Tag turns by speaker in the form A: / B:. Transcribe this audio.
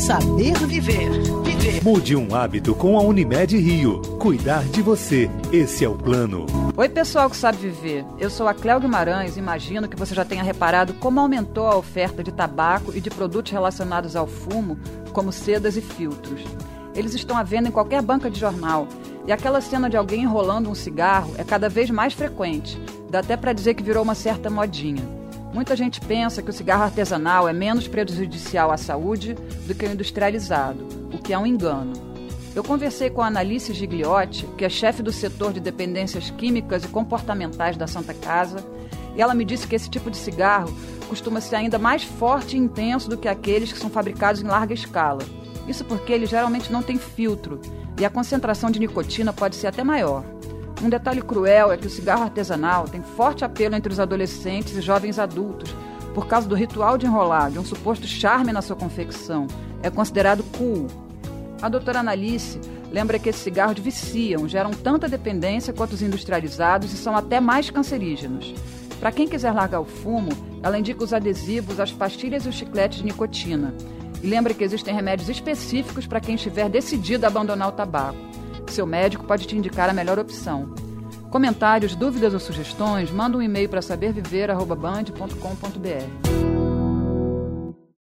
A: Saber viver.
B: Mude um hábito com a Unimed Rio. Cuidar de você. Esse é o plano.
C: Oi, pessoal que sabe viver. Eu sou a Cléo Guimarães e imagino que você já tenha reparado como aumentou a oferta de tabaco e de produtos relacionados ao fumo, como sedas e filtros. Eles estão à venda em qualquer banca de jornal. E aquela cena de alguém enrolando um cigarro é cada vez mais frequente. Dá até para dizer que virou uma certa modinha. Muita gente pensa que o cigarro artesanal é menos prejudicial à saúde do que o industrializado, o que é um engano. Eu conversei com a Analice Gigliotti, que é chefe do setor de dependências químicas e comportamentais da Santa Casa, e ela me disse que esse tipo de cigarro costuma ser ainda mais forte e intenso do que aqueles que são fabricados em larga escala. Isso porque ele geralmente não tem filtro, e a concentração de nicotina pode ser até maior. Um detalhe cruel é que o cigarro artesanal tem forte apelo entre os adolescentes e jovens adultos por causa do ritual de enrolar, de um suposto charme na sua confecção. É considerado cool. A doutora Analice lembra que esses cigarros viciam, geram tanta dependência quanto os industrializados e são até mais cancerígenos. Para quem quiser largar o fumo, ela indica os adesivos, as pastilhas e os chicletes de nicotina. E lembra que existem remédios específicos para quem estiver decidido a abandonar o tabaco. Seu médico pode te indicar a melhor opção. Comentários, dúvidas ou sugestões, manda um e-mail para saberviver@band.com.br.